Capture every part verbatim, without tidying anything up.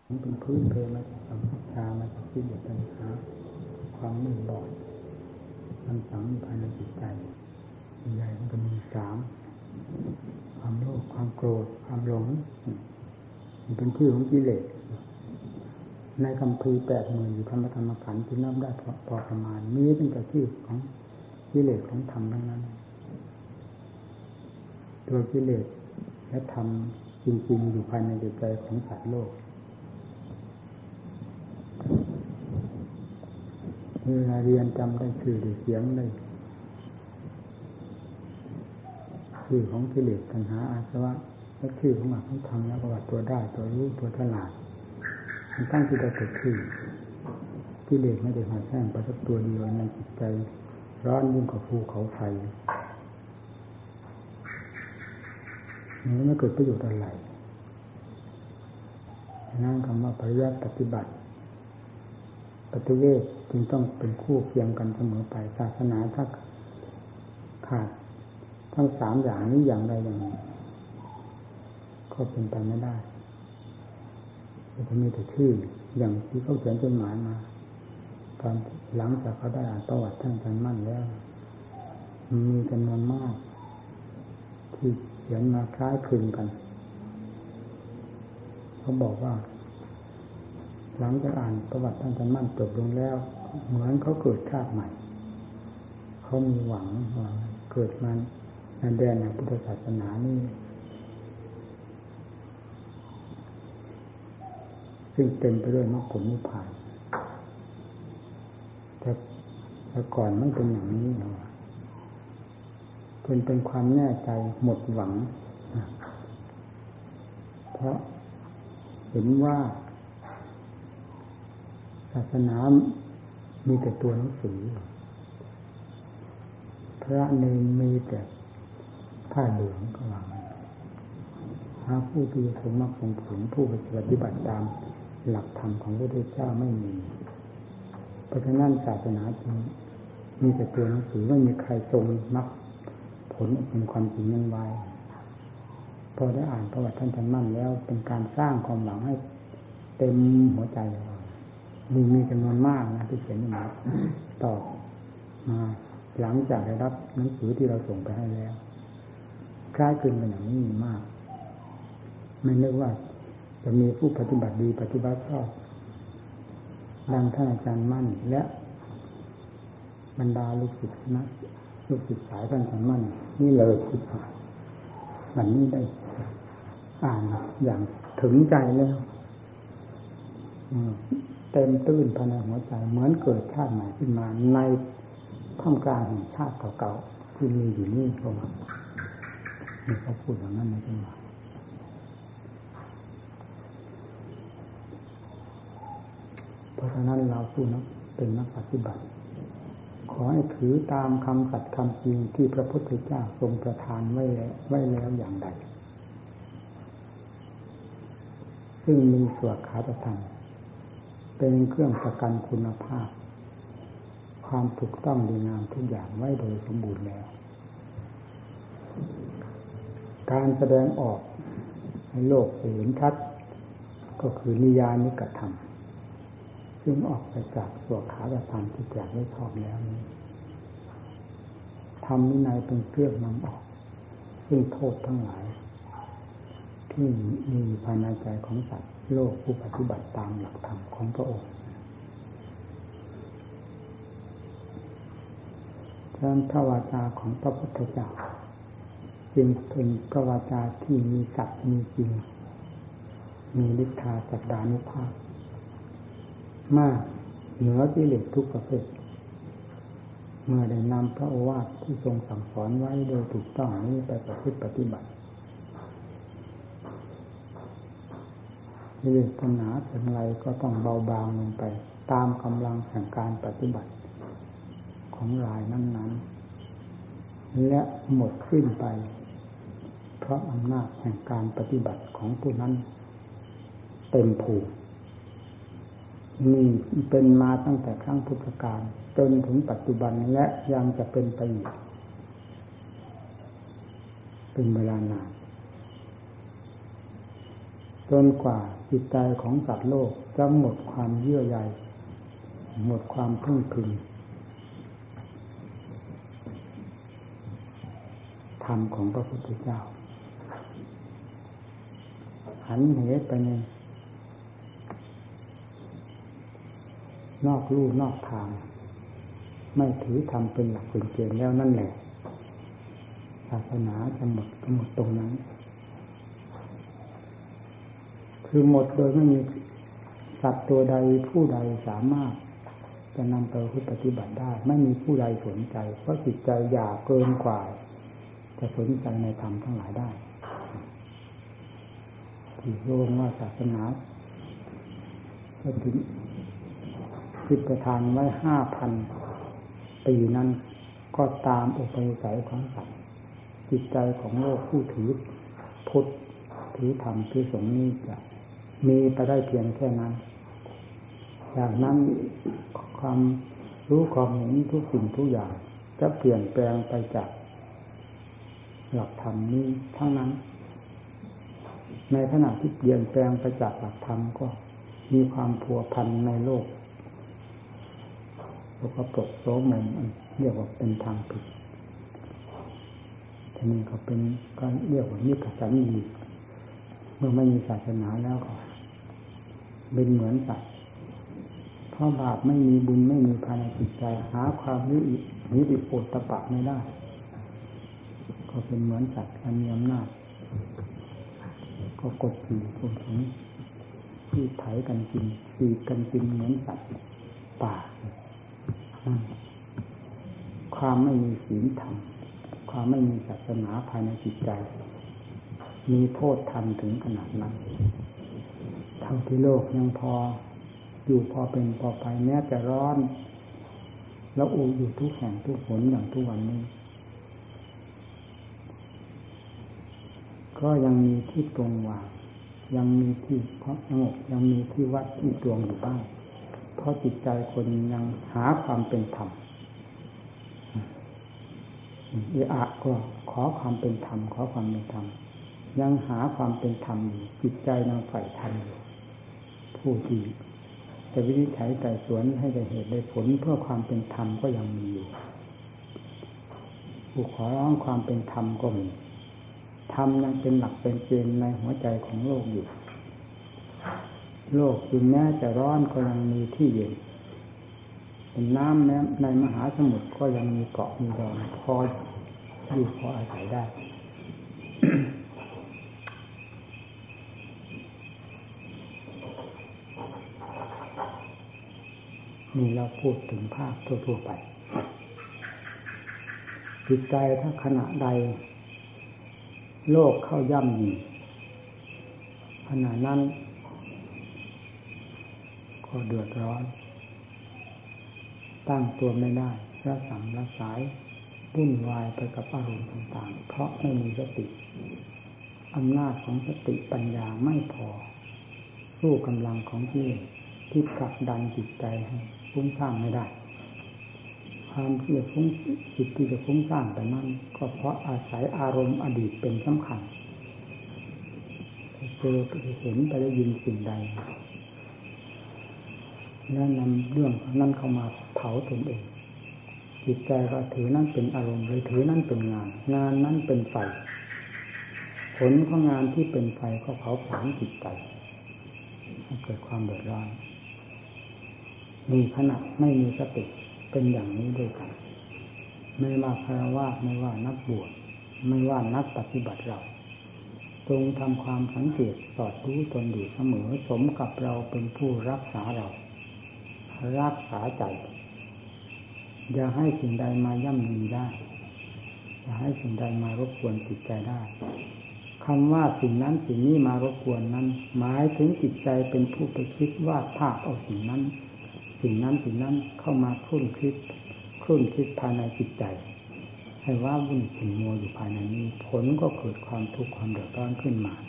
มันเป็นพื้นเพมาจากสัมผัสชามาจากที่เดือดตัณหาความมืดบอดมันฝังอยู่ภายในจิตใจใหญ่มันก็มีสามความโลภความโกรธความหลงมันเป็นชื่อของกิเลสในคำพีแปดหมื่นอยู่ธรรมธรรมขันธ์ที่นับได้พอพอประมาณมีตั้งแต่ชื่อของกิเลสของธรรมทั้งนั้นตัวกิเลสและธรรมจริงๆอยู่ภายในจิตใจของสัตว์โลกเวลาเรียนจำได้ชื่อได้เสียงได้ชื่อของกิเลสตัณหาอาสวะและชื่อของมรรคของธรรมแล้วก็ว่าตัวได้ตัวรู้ตัวฉลาดมันตั้งที่ได้เกิดขึ้นกิเลสไม่ได้หาแท่งประทับตัวเดียวในจิตใจร้อนยิ่งกว่าภูเขาไฟนี่ไม่เกิดประโยชน์อะไรนั่นคำว่าปริยัติปฏิบัติปฏิเวทจึงต้องเป็นคู่เคียงกันเสมอไปศาสนาถ้าขาดทั้งสามอย่างนี้อย่างใดอย่างหนึ่งก็เป็นไปไม่ได้จะมีแต่ชื่ออย่างที่เขาเขียนจดหมายมาตอนหลังจากเขาได้อ่านประวัติท่านอาจารย์มั่นแล้วมีจำนวนมากที่เขียนมาคล้ายคลึงกันเขาบอกว่าหลังจากอ่านประวัติท่านอาจารย์มั่นจบลงแล้วเหมือนเขาเกิดชาติใหม่เขามีหวังว่าเกิดมาในแดนแห่งพุทธศาสนานี่ซึ่งเต็มไปด้วยมรรคผลนิพพานแต่แต่ก่อนไม่เป็นอย่างนี้นะเป็นเป็นความแน่ใจหมดหวังเพราะเห็นว่าศาสนามีแต่ตัวหนังสือพระเนรมีแต่ผ้าเหลืองก็ว่าหาผู้ที่สมมรรคสมผลผู้ปฏิบัติตามหลักธรรมของพระพุทธเจ้าไม่มีเพราะฉะนั้นศาสนาจึงมีแต่ตัวหนังสือไม่มีใครทรงมรรคผลเป็นความจริงนั้นไว้พอได้อ่านประวัติท่านอาจารย์มั่นแล้วเป็นการสร้างความหวังให้เต็มหัวใจมีมีจำนวนมากนะที่เขียนมาต่อมาหลังจากได้รับหนังสือที่เราส่งไปให้แล้วคล้ายคลึงกันอย่างนี้มีมากไม่นึกว่าจะมีผู้ปฏิบัติดีปฏิบัติชอบดังท่านอาจารย์มั่นและบรรดาลูกศิษย์นะลูกศิษย์สายท่านอาจารย์มั่นนี่เลยคิดว่าวันนี้ได้อ่านอย่างถึงใจแล้วเต็มตื้นภายในหัวใจเหมือนเกิดชาติใหม่ขึ้นมาในท่ามกลางแห่งชาติเก่าๆที่มีอยู่นี่ก็มานี่เขาพูดอย่างนั้นในจังหวะเพราะฉะนั้นเราผู้นักเป็นนักปฏิบัติขอให้ถือตามคำสัตย์คำจริงที่พระพุทธเจ้าทรงประทานไว้แล้วไว้แล้วอย่างใดซึ่งมีสวดคาถธรรมเป็นเครื่องประกันคุณภาพความถูกต้องดีงามทุกอย่างไว้โดยสมบูรณ์แล้วการแสดงออกให้โลกเห็นชัดก็คือนิยานิกธรรมซึ่งออกไปจากสวดคาถธรรมที่แจกไว้ชอบแล้วนี้ธรรมวินัยเป็นเครื่องนำออกซึ่งโทษทั้งหลายที่มีภายในใจของสัตว์โลกผู้ปฏิบัติตามหลักธรรมของพระองค์ฉะนั้นพระวาจาของพระพุทธเจ้าจึงเป็นพระวาจาที่มีสัตย์มีจริงมีฤทธาสัจดานุภาพมากเหนือกิเลสทุกประเภทเมื่อได้นำพระโอวาทที่ทรงสั่งสอนไว้โดยถูกต้องนี้ไปประพฤติปฏิบัติกิเลสปัญหาเป็นไรก็ต้องเบาบางลงไปตามกำลังแห่งการปฏิบัติของรายนั้นๆและหมดสิ้นไปเพราะอำนาจแห่งการปฏิบัติของผู้นั้นเต็มภูมินี่เป็นมาตั้งแต่ครั้งพุทธกาลจนถึงปัจจุบันและยังจะเป็นไปอีกเป็นเวลานานจนกว่าจิตใจของสัตว์โลกจะหมดความเยื่อใยหมดความพึ่งพิงธรรมของพระพุทธเจ้าหันเหไปในนอกลู่นอกทางไม่ถือธรรมเป็นหลักเป็นเกณฑ์แล้วนั่นแหละศาสนาจะหมดก็หมดตรงนั้นคือหมดโดยไม่มีสัตว์ตัวใดผู้ใดสามารถจะนำไปปฏิบัติได้ไม่มีผู้ใดสนใจเพราะจิตใจหยาบเกินกว่าจะสนใจในธรรมทั้งหลายได้ที่โลกว่าศาสนาก็ถึงคิดประทานไว้ห้าพันปีนั้นก็ตามอุปนิสัยของสัตว์จิตใจของโลกผู้ถือพุทธถือธรรมถือสงฆ์นี้จะมีไปได้เพียงแค่นั้นจากนั้นความรู้ความเห็นทุกสิ่งทุกอย่างจะเปลี่ยนแปลงไปจากหลักธรรมนี้ทั้งนั้นในขณะที่เปลี่ยนแปลงไปจากหลักธรรมก็มีความพัวพันในโลกแล้วก็ปลดโสมมเรียกว่าเป็นทางผิดทีนี้ก็เป็นก็เรียกว่านิพพสันนีเมื่อไม่มีศาสนาแล้วก็เป็นเหมือนสัตว์เพราะบาปไม่มีบุญไม่มีภายในจิตใจหาความนินิริโอตตปะไม่ได้ก็เป็นเหมือนสัตว์อันมีอำนาจก็กดขี่ข่มขืนที่ไถกันกินขี่กันกินเหมือนสัตว์ป่าความไม่มีศีลธรรมความไม่มีศาสนาภายในจิตใจมีโทษทันถึงขนาดนั้นเท่าที่โลกยังพออยู่พอเป็นพอไปแม้จะร้อนแล้วอูอยู่ทุกแห่งทุกหนอย่างทุกวันนี้ก็ยังมีที่ตรงวางยังมีที่เพราะสงบยังมีที่วัดที่ตวงอยู่บ้างเพราะจิตใจคนยังหาความเป็นธรรมเอะอะก็ขอความเป็นธรรมขอความเป็นธรรมยังหาความเป็นธรรมอยู่จิตใจยังใฝ่ธรรมอยู่ผู้ที่จะวินิจฉัยไต่สวนให้ได้เหตุได้ผลเพื่อความเป็นธรรมก็ยังมีอยู่ผู้ขอร้องความเป็นธรรมก็มีธรรมยังเป็นหลักเป็นเกณฑ์ในหัวใจของโลกอยู่โลกถึงแม้จะร้อนก็ยังมีที่เย็นเป็นน้ำแม้ในมหาสมุทรก็ยังมีเกาะมีดอนพออยู่พออาศัยได้ นี่เราพูดถึงภาพทั่วๆไปจิตใจถ้าขณะใดโลกเข้าย่ำยีขณะนั้นก็เดือดร้อนตั้งตัวไม่ได้ระสังระสายวุ่นวายไปกับอารมณ์ต่างๆเพราะไม่มีสติอำนาจของสติปัญญาไม่พอสู้กำลังของที่ที่ผลักดันจิตใจให้ฟุ้งซ่านไม่ได้ความที่จะฟุ้งจิตที่จะฟุ้งซ่านไปนั้นก็เพราะอาศัยอารมณ์อดีตเป็นสำคัญเจอไปเห็นไปได้ยินสิ่งใดแล้วนำเรื่องนั้นเข้ามาเผาตนเองจิตใจก็ถือนั่นเป็นอารมณ์หรือถือนั่นเป็นงานงานนั้นเป็นไฟผลของงานที่เป็นไฟก็เผาผลาญจิตใจให้เกิดความเดือดร้อนมีขณะไม่มีสติเป็นอย่างนี้ด้วยกันไม่ว่าฆราวาสไม่ว่านักบวชไม่ว่านักปฏิบัติเราจงทำความสังเกตสอดรู้ตนอยู่เสมอสมกับเราเป็นผู้รักษาเรารักษาใจอย่าให้สิ่งใดมาย่ำยีได้อย่าให้สิ่งใดมารบกวนจิตใจได้คำว่าสิ่งนั้นสิ่งนี้มารบกวนนั้นหมายถึงจิตใจเป็นผู้ไปคิดวาดภาพเอาสิ่งนั้นสิ่งนั้นสิ่งนั้นเข้ามาครุ่นคิดครุ่นคิดภายในจิตใจให้ว่าวุ่นขุ่นมัวอยู่ภายในนี้ผลก็เกิดความทุกข์ความเดือดร้อนขึ้นมา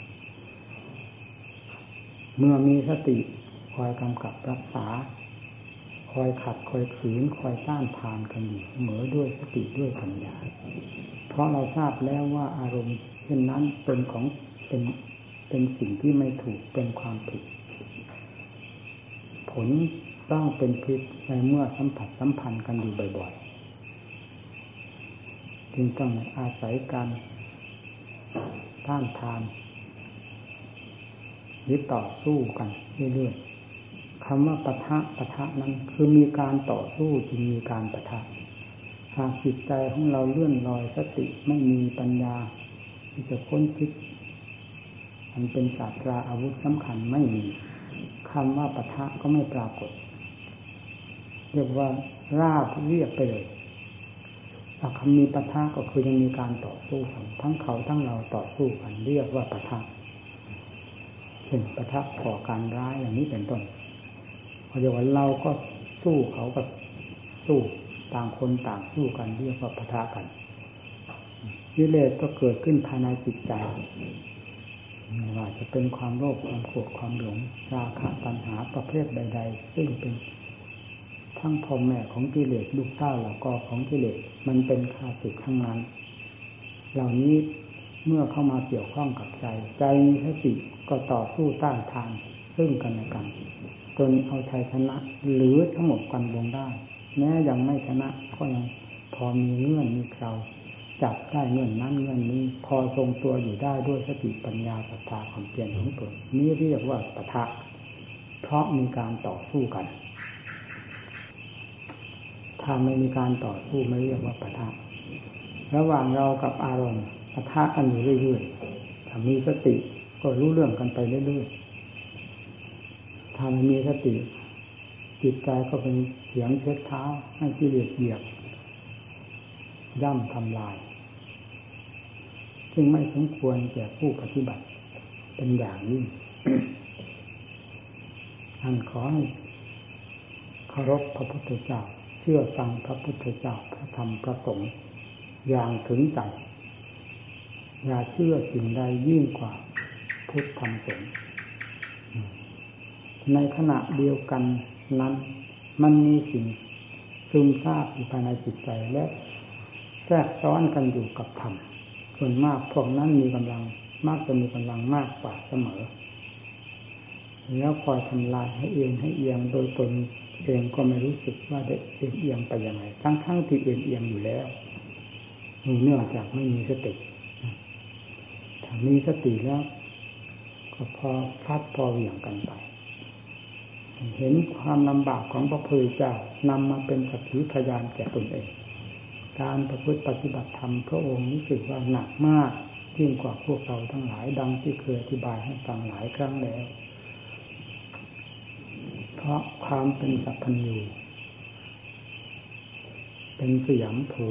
เมื่อมีสติคอยกำกับรักษาคอยขัดคอยขืนคอยต้านทานกันอยู่เสมอด้วยสติด้วยปัญญาเพราะเราทราบแล้วว่าอารมณ์เช่นนั้นเป็นของเป็นเป็นสิ่งที่ไม่ถูกเป็นความผิดผลต้องเป็นพิษในเมื่อสัมผัสสัมพันธ์กันอยู่บ่อยๆจึงต้องอาศัยการต้านทานหรือต่อสู้กันเรื่อยๆคำว่าปะทะปะทะนั้นคือมีการต่อสู้จึงมีการปะทะหากจิตใจของเราเลื่อนลอยสติไม่มีปัญญาที่จะค้นคิดมันเป็นศาสตราอาวุธสำคัญไม่มีคำว่าปะทะก็ไม่ปรากฏเรียกว่าราบเรียบไปเลยถ้าคำมีปะทะก็คือยังมีการต่อสู้กันทั้งเขาทั้งเราต่อสู้กันเรียกว่าปะทะเช่นปะทะก่อการร้ายอย่างนี้เป็นต้นเขาเรียกว่าเราก็สู้เขาก็สู้ต่างคนต่างสู้กันเรียกว่าปะทะกันกิเลสก็เกิดขึ้นภายในจิตใจไม่ว่าจะเป็นความโลภความโกรธความหลงราคะตัณหาประเภทใดๆซึ่งเป็นทั้งพ่อแม่ของกิเลสลูกเต้าเหล่ากอของกิเลสมันเป็นข้าศึกทั้งนั้นเหล่านี้เมื่อเข้ามาเกี่ยวข้องกับใจใจมีสติก็ต่อสู้ต้านทานซึ่งกันและกันจนเอาชัยชนะหรือทั้งหมดกันลงได้แม้ยังไม่ชนะก็ยังพอมีเงื่อนมีเคราจับได้เงื่อนนั้นเงื่อนนี้พอทรงตัวอยู่ได้ด้วยสติปัญญาศรัทธาความเพียรของตนนี้เรียกว่าปะทะเพราะมีการต่อสู้กันถ้าไม่มีการต่อสู้ไม่เรียกว่าปะทะระหว่างเรากับอารมณ์ปะทะกันอยู่เรื่อยๆถ้ามีสติก็รู้เรื่องกันไปเรื่อยๆถ้าไม่มีสติจิตใจก็เป็นเสียงเช็ดเท้าให้กิเลสเหยียบย่ำทำลายจึงไม่สมควรแก่ผู้ปฏิบัติเป็นอย่างยิ่ง ท่านขอให้เคารพพระพุทธเจ้าเชื่อฟังพระพุทธเจ้าพระธรรมพระสงฆ์อย่างถึงใจอย่าเชื่อสิ่งใดยิ่งกว่าพุทธธรรมสงฆ์ในขณะเดียวกันนั้นมันมีสิ่งซึมซาบอยู่ภายในจิตใจและแทรกซ้อนกันอยู่กับธรรมส่วนมากพวกนั้นมีกำลังมากจะมีกำลังมากกว่าเสมอแล้วคอยทำลายให้เอียงให้เอียงโดยตนเองก็ไม่รู้สึกว่าได้เอียงเอียงไปยังไงทั้งๆที่เอียงเอียงอยู่แล้วเนื่องจากไม่มีสติถ้ามีสติแล้วก็พอพัดพอเหวี่ยงกันไปเห็นความลำบากของพระพุทธเจ้านำมาเป็นสักขีพยานแก่ตนเองการประพฤติปฏิบัติธรรมพระองค์รู้สึกว่าหนักมากยิ่งกว่าพวกเราทั้งหลายดังที่เคยอธิบายให้ฟังหลายครั้งแล้วเพราะความเป็นสัพพัญญูเป็นสยามภู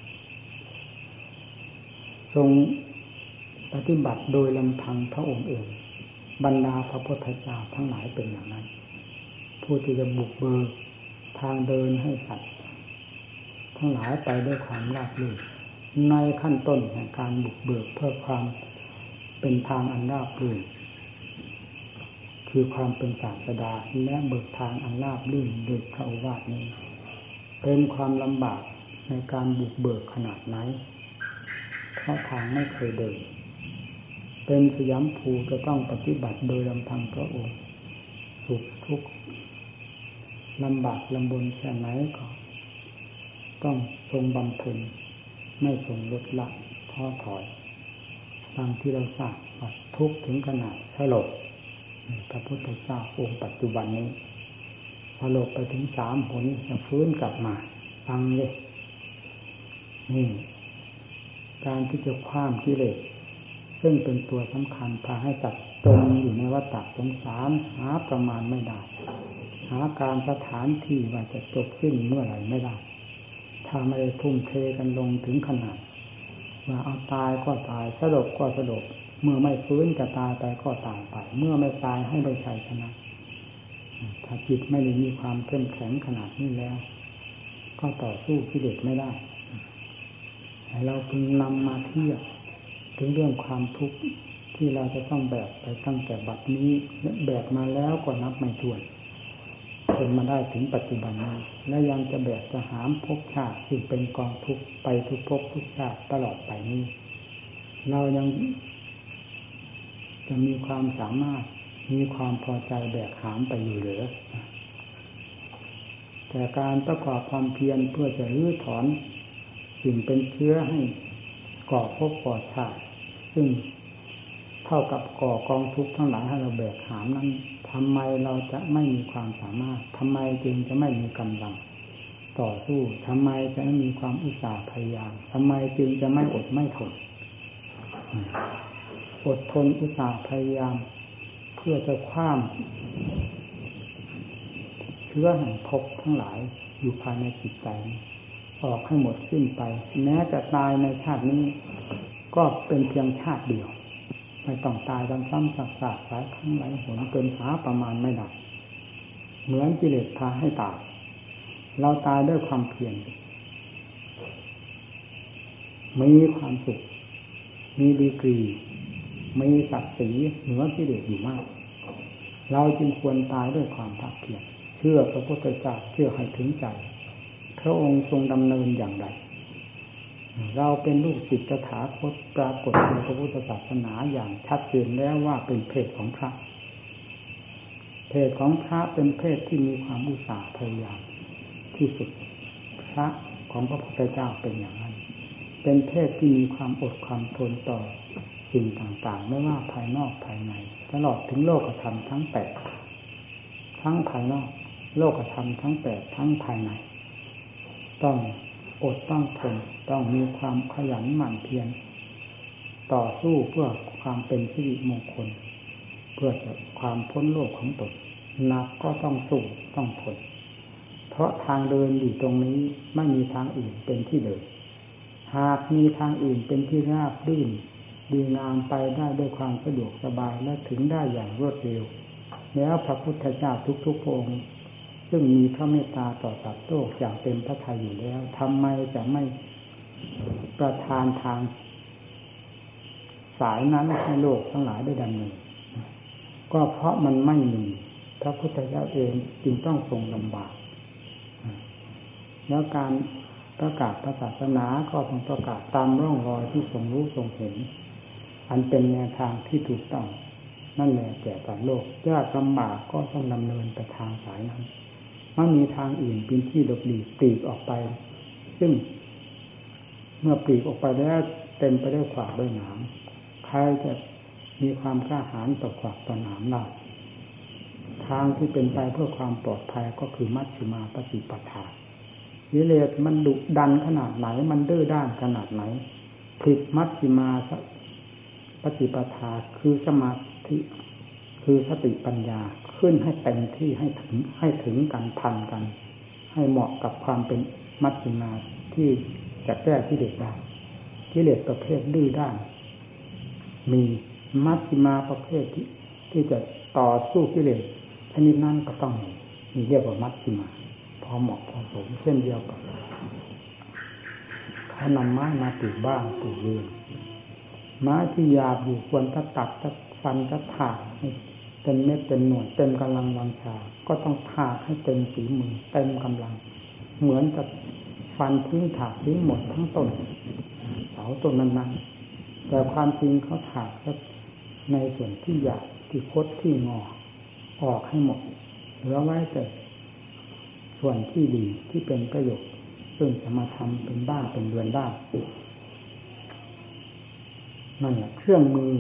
ทรงปฏิบัติโดยลำพังพระองค์เองบรรดาพระพุทธเจ้าทั้งหลายเป็นอย่างนั้นผู้ที่จะบุกเบิกทางเดินให้สัตว์ทั้งหลายไปด้วยความราบรื่นในขั้นต้นแห่งการบุกเบิกเพื่อความเป็นทางอันราบรื่นคือความเป็นศาสดาและเบิกทางอันราบรื่นโดยพระโอวาทนี้เป็นความลำบากในการบุกเบิกขนาดไหนเพราะทางไม่เคยเดินเป็นสยามภูจะต้องปฏิบัติโดยลำพังพระองค์สุขทุกข์ลำบากลำบนแค่ไหนก็ต้องทรงบำเพ็ญไม่ทรงลดละท้อถอยตามที่เราทราบว่าทุกข์ถึงขนาดสลบพระพุทธเจ้าองค์ปัจจุบันนี้สลบไปถึงสามหนจะฟื้นกลับมาฟังเลยนี่การที่จะข้ามกิเลสซึ่งเป็นตัวสำคัญพาให้จัดจมอยู่ในวัฏสงสารหาประมาณไม่ได้หาการสถานที่ว่าจะจบสิ้นเมื่อไหร่ไม่ได้ถ้าไม่ได้ทุ่มเทกันลงถึงขนาดว่าเอาตายก็ตายสลบก็สลบเมื่อไม่ฟื้นจะตายไปก็ตายไปเมื่อไม่ตายให้ได้ชัยชนะถ้าจิตไม่ได้มีความเข้มแข็งขนาดนี้แล้วก็ต่อสู้กิเลสไม่ได้เราพึงนำมาเทียบถึงเรื่องความทุกข์ที่เราจะต้องแบกไปตั้งแต่บัดนี้แบกมาแล้วก็นับไม่ถ้วนจนมาได้ถึงปัจจุบันนี้และยังจะแบกจะหามภพชาติซึ่งเป็นกองทุกข์ไปทุกภพทุกชาติตลอดไปนี้เรายังจะมีความสามารถมีความพอใจแบกหามไปอยู่หรือแต่การประกอบความเพียรเพื่อจะรื้อถอนสิ่งเป็นเชื้อให้ก่อภพก่อชาติซึ่งเท่ากับก่อกองทุกข์ทั้งหลายให้เราแบกหามนั้นทำไมเราจะไม่มีความสามารถทำไมจึงจะไม่มีกำลังต่อสู้ทำไมจะไม่มีความอุตสาห์พยายามทำไมจึงจะไม่อดไม่ทนอดทนอุตสาห์พยายามเพื่อจะคว้ามเชื้อแห่งภพทั้งหลายอยู่ภายในจิตใจออกให้หมดสิ้นไปแม้จะตายในชาตินี้ก็เป็นเพียงชาติเดียวไม่ต้องตายซ้ำๆซักๆหลายครั้งหลายหนเกินหาประมาณไม่ได้เหมือนกิเลสพาให้ตายเราตายด้วยความเพียรมีความสุขมีดีกรีมีศักดิ์ศรีเหนือกิเลสอยู่มากเราจึงควรตายด้วยความภาคเพียรเชื่อพระพุทธเจ้าเชื่อให้ถึงใจพระองค์ทรงดำเนินอย่างไรเราเป็นลูกศิษย์ตถาคตปรากฏในพระพุทธศาสนาอย่างชัดเจนแล้วว่าเป็นเพศของพระเพศของพระเป็นเพศที่มีความอุตสาห์พยายามที่สุดพระของพระพุทธเจ้าเป็นอย่างนั้นเป็นเพศที่มีความอดความทนต่อสิ่งต่างๆไม่ว่าภายนอกภายในตลอดถึงโลกธรรมทั้งแปดทั้งภายนอกโลกธรรมทั้งแปดทั้งภายในต้องอดต้องทนต้องมีความขยันหมั่นเพียรต่อสู้เพื่อความเป็นสิริมงคลเพื่อความพ้นโลกของตนหนักก็ต้องสู้ต้องทนเพราะทางเดินอยู่ตรงนี้ไม่มีทางอื่นเป็นที่เดินหากมีทางอื่นเป็นที่ราบรื่นดีงามไปได้ด้วยความสะดวกสบายและถึงได้อย่างรวดเร็วแล้วพระพุทธเจ้าทุกๆพระองค์ซึ่งมีพระเมตตาต่อสัตว์โลกอย่างเต็มพระทัยอยู่แล้วทำไมจะไม่ประทานทางสายนั้นให้โลกทั้งหลายได้ดำเนินก็เพราะมันไม่มีพระพุทธเจ้าเองจึงต้องทรงลำบากแล้วการประกาศศาสนาก็ต้องประกาศตามร่องรอยที่ทรงรู้ทรงเห็นอันเป็นแนวทางที่ถูกต้องนั่นแหละแก่ต่อโลกยากลำบากก็ต้องดำเนินไปทางสายนั้นไม่มีทางอื่นเป็นที่หลบหลีกปลีกออกไปซึ่งเมื่อปลีกออกไปแล้วเต็มไปด้วยขวากด้วยหนามใครจะมีความกล้าหาญต่อขวากต่อหนามได้ทางที่เป็นไปเพื่อความปลอดภัยก็คือมัชฌิมาปฏิปทากิเลสมันดุดันขนาดไหนมันดื้อด้านขนาดไหนผิดมัชฌิมาปฏิปทาคือสมาธิคือสติปัญญาขึ้นให้เต็มที่ให้ถึงให้ถึงกันทันกันให้เหมาะกับความเป็นมัชฌิมาที่จะแก้กิเลสได้กิเลสประเภทดื้อด้านมีมัชฌิมาประเภทที่ที่จะต่อสู้กิเลสชนิดนั้นก็ต้องมีมีเรียกว่ามัชฌิมาพอเหมาะพอสมเช่นเดียวกับเขานำไม้มาปลูกบ้านปลูกเรือนไม้ที่หยาบอยู่ควรจะตัดจะฟันจะผ่าให้เต็มเม็ดเต็มหน่วยเต็มกำลังวังชาก็ต้องผ่าให้เต็มฝีมือเต็มกำลังเหมือนกับฟันทิ้งถากทิ้งหมดทั้งต้นเสาต้นนั้นๆแต่ความจริงเขาถากในส่วนที่หยาบที่คดที่งอออกให้หมดเหลือไว้แต่ส่วนที่ดีที่เป็นประโยชน์ซึ่งจะมาทำเป็นบ้านเป็นเรือนได้นั่นแหละเครื่องมือ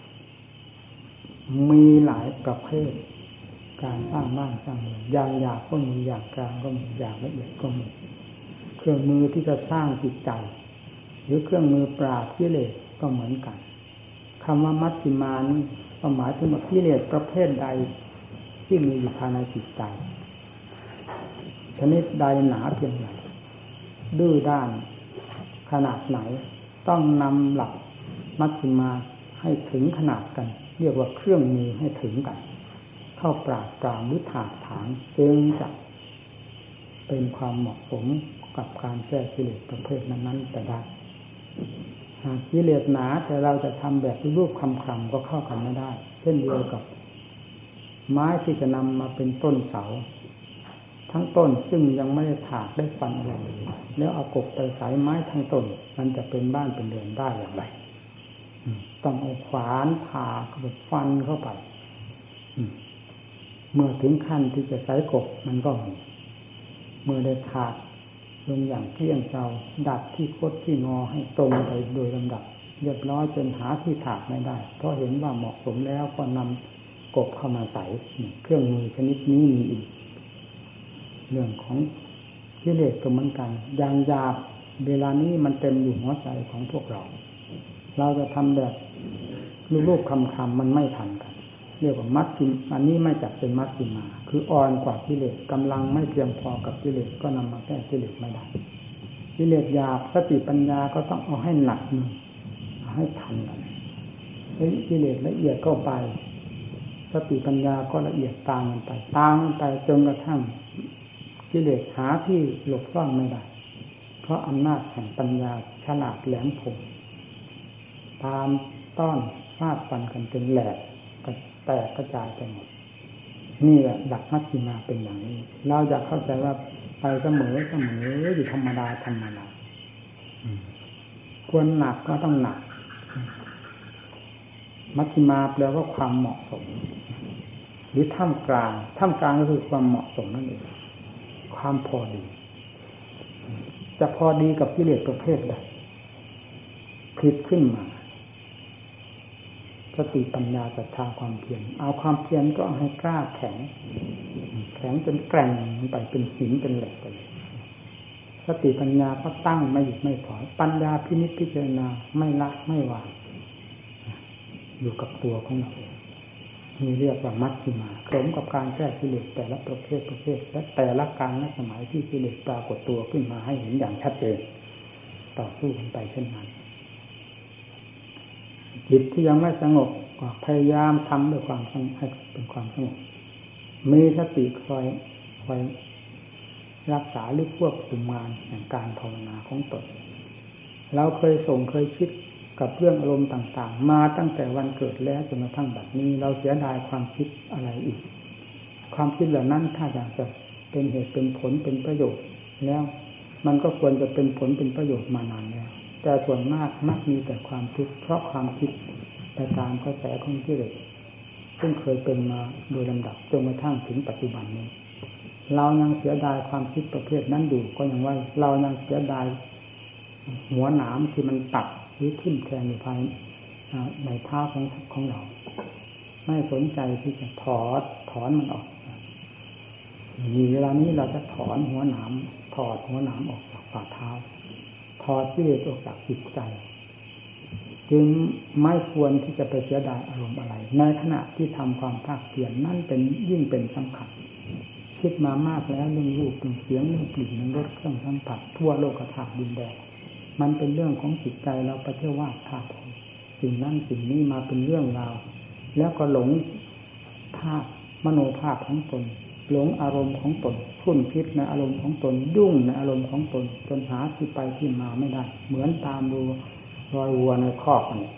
มีหลายประเภทการสร้างบ้านสร้างเรือนอย่างหยาบก็มีอย่างกลางก็มีอย่างละเอียดก็มีเครื่องมือที่จะสร้างจิตใจหรือเครื่องมือปราบกิเลสก็เหมือนกันคำว่ามัชฌิมานี้หมายถึงว่ากิเลสประเภทใดที่มีอยู่ภายในจิตใจชนิดใดหนาเพียงไรดื้อด้านขนาดไหนต้องนำหลักมัชฌิมาให้ถึงขนาดกันเรียกว่าเครื่องมือให้ถึงกันเข้าปราบปรามหรือถากถางจึงจะเป็นความเหมาะสมกับการแก้กิเลสประเภทนั้นๆแต่ได้หากกิเลสหนาแต่เราจะทำแบบรูปคำคำก็เข้ากันไม่ได้เช่นเดียวกับไม้ที่จะนำมาเป็นต้นเสาทั้งต้นซึ่งยังไม่ได้ถากได้ฟันอะไรเลยแล้วเอากบไปสายไม้ทั้งต้นมันจะเป็นบ้านเป็นเรือนได้อย่างไรต้องเอาขวานผ่าเข้าไปฟันเข้าไปเมื่อถึงขั้นที่จะใช้กบมันก็มีเมื่อได้ถากลงอย่างเกลี้ยงเกลาดัดที่คดที่งอให้ตรงไปโดยลำดับเรียบร้อยจนหาที่ถากไม่ได้เพราะเห็นว่าเหมาะสมแล้วก็นำกบเข้ามาใส่เครื่องมือชนิดนี้มีอีกเรื่องของกิเลสก็เหมือนกันอย่างหยาบเวลานี้มันเต็มอยู่หัวใจของพวกเราเราจะทำแบบรูปๆคำๆมันไม่ทันกันเรียกว่ามัดกินอันนี้ไม่จัดเป็นมัดกินมาคืออ่อนกว่ากิเลสกำลังไม่เพียงพอกับกิเลสก็นำมาแก้กิเลสไม่ได้กิเลสหยาบสติปัญญาก็ต้องเอาให้หนักมือเอาให้ทันกันกิเลสละเอียดเข้าไปสติปัญญาก็ละเอียดตามมันไปตามมันไปจนกระทั่งกิเลสหาที่หลบซ่อนไม่ได้เพราะอำนาจแห่งปัญญาฉลาดแหลมคมตามต้อนฟาดฟันกันจนแหลกแตกกระจายไปหมดนี่แหละหลักมัชฌิมาเป็นอย่างนี้เราจะเข้าใจว่าไปเสมอเสมออยู่ธรรมดาธรรมดาควรหนักก็ต้องหนักมัชฌิมาแปลว่าความเหมาะสมหรือท่ามกลางท่ามกลางก็คือความเหมาะสมนั่นเองความพอดีจะพอดีกับกิเลสประเภทใดผิดขึ้นมาสติปัญญาศรัทธาความเพียรเอาความเพียรก็ให้กล้าแข็งแข็งจนแกร่งไปเป็นหินเป็นเหล็กไปเลยสติปัญญาก็ตั้งไม่หยุดไม่ถอยปัญญาพินิจพิจารณาไม่ละไม่วางอยู่กับตัวของเรานี่เรียกว่ามัชฌิมาสมกับการแก้กิเลสแต่ละประเภทประเภทและแต่ละการและสมัยที่กิเลสปรากฏตัวขึ้นมาให้เห็นอย่างชัดเจนต่อสู้กันไปเช่นนั้นจิตที่ยังไม่สงบก็พยายามทำด้วยความสงบให้เป็นความสงบมีสติคอยคอยรักษาหรือควบคุมงานแห่งการภาวนาของตนเราเคยส่งเคยคิดกับเรื่องอารมณ์ต่างๆมาตั้งแต่วันเกิดแล้วจนกระทั่งบัดนี้เราเสียดายความคิดอะไรอีกความคิดเหล่านั้นถ้าอยากจะเป็นเหตุเป็นผลเป็นประโยชน์แล้วมันก็ควรจะเป็นผลเป็นประโยชน์มานานแล้วแต่ส่วนมากมักมีแต่ความทุกข์เพราะความคิดไปตามกระแสของกิเลสซึ่งเคยเป็นมาโดยลำดับจนกระทั่งถึงปัจจุบันนี้เรายังเสียดายความคิดประเภทนั้นอยู่ก็ยังว่าเรายังเสียดายหัวหนามที่มันตัดหรือทิ่มแทงอยู่ภายในเท้าของของเราไม่สนใจที่จะถอดถอนมันออกมีเวลานี้เราจะถอนหัวหนามถอดหัวหนามออกจากฝ่าเท้าถอดกิเลสออกจากจิตใจจึงไม่ควรที่จะไปเสียดายอารมณ์อะไรในขณะที่ทำความภาคเพียรนั่นเป็นยิ่งเป็นสำคัญคิดมามากแล้วเรื่องรูปเรื่องเสียงเรื่องกลิ่นเรื่องรสเครื่องสัมผัสทั่วโลกธาตุดินแดนมันเป็นเรื่องของจิตใจเราไปเที่ยววาดภาพสิ่งนั้นสิ่งนี้มาเป็นเรื่องราวแล้วก็หลงภาพมโนภาพของตนหลงอารมณ์ของตนพุ่นคิดในอารมณ์ของตนยุ่งในอารมณ์ของตนจนหาที่ไปที่มาไม่ได้เหมือนตามดูรอยวัวในคอกนี่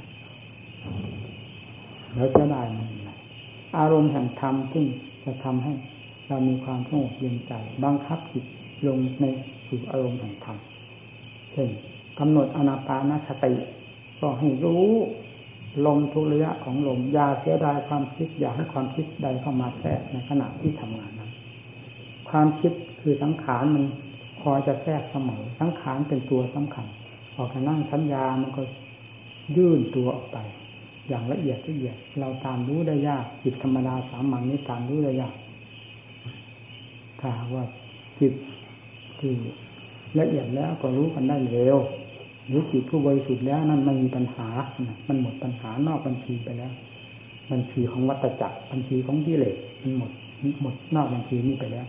แล้วจะได้มันอารมณ์แห่งธรรมซึ่งจะทำให้เรามีความสงบเย็นใจบังคับจิตลงในสู่อารมณ์แห่งธรรมเช่นกำหนดอานาปานสติก็ให้รู้ลมทุกระยะของลมอย่าเสียดายความคิดอย่าให้ความคิดใดเข้ามาแทรกในขณะที่ทำงานนั้นความคิดคือสังขารมันพอจะแทรกเสมอสังขารเป็นตัวสำคัญออกจากนั่งสัญญามันก็ยื่นตัวออกไปอย่างละเอียดละเอียดเราตามรู้ได้ยากจิตธรรมดาสามัญนี้ตามรู้ได้ยากถ้าว่าจิตที่ละเอียดแล้วก็รู้กันได้เร็วหรือจิตผู้บริสุทธิ์แล้วนั่นไม่มีปัญหามันหมดปัญหานอกบัญชีไปแล้วบัญชีของวัฏจักรบัญชีของกิเลสมันหมดหมดนอกบัญชีนี้ไปแล้ว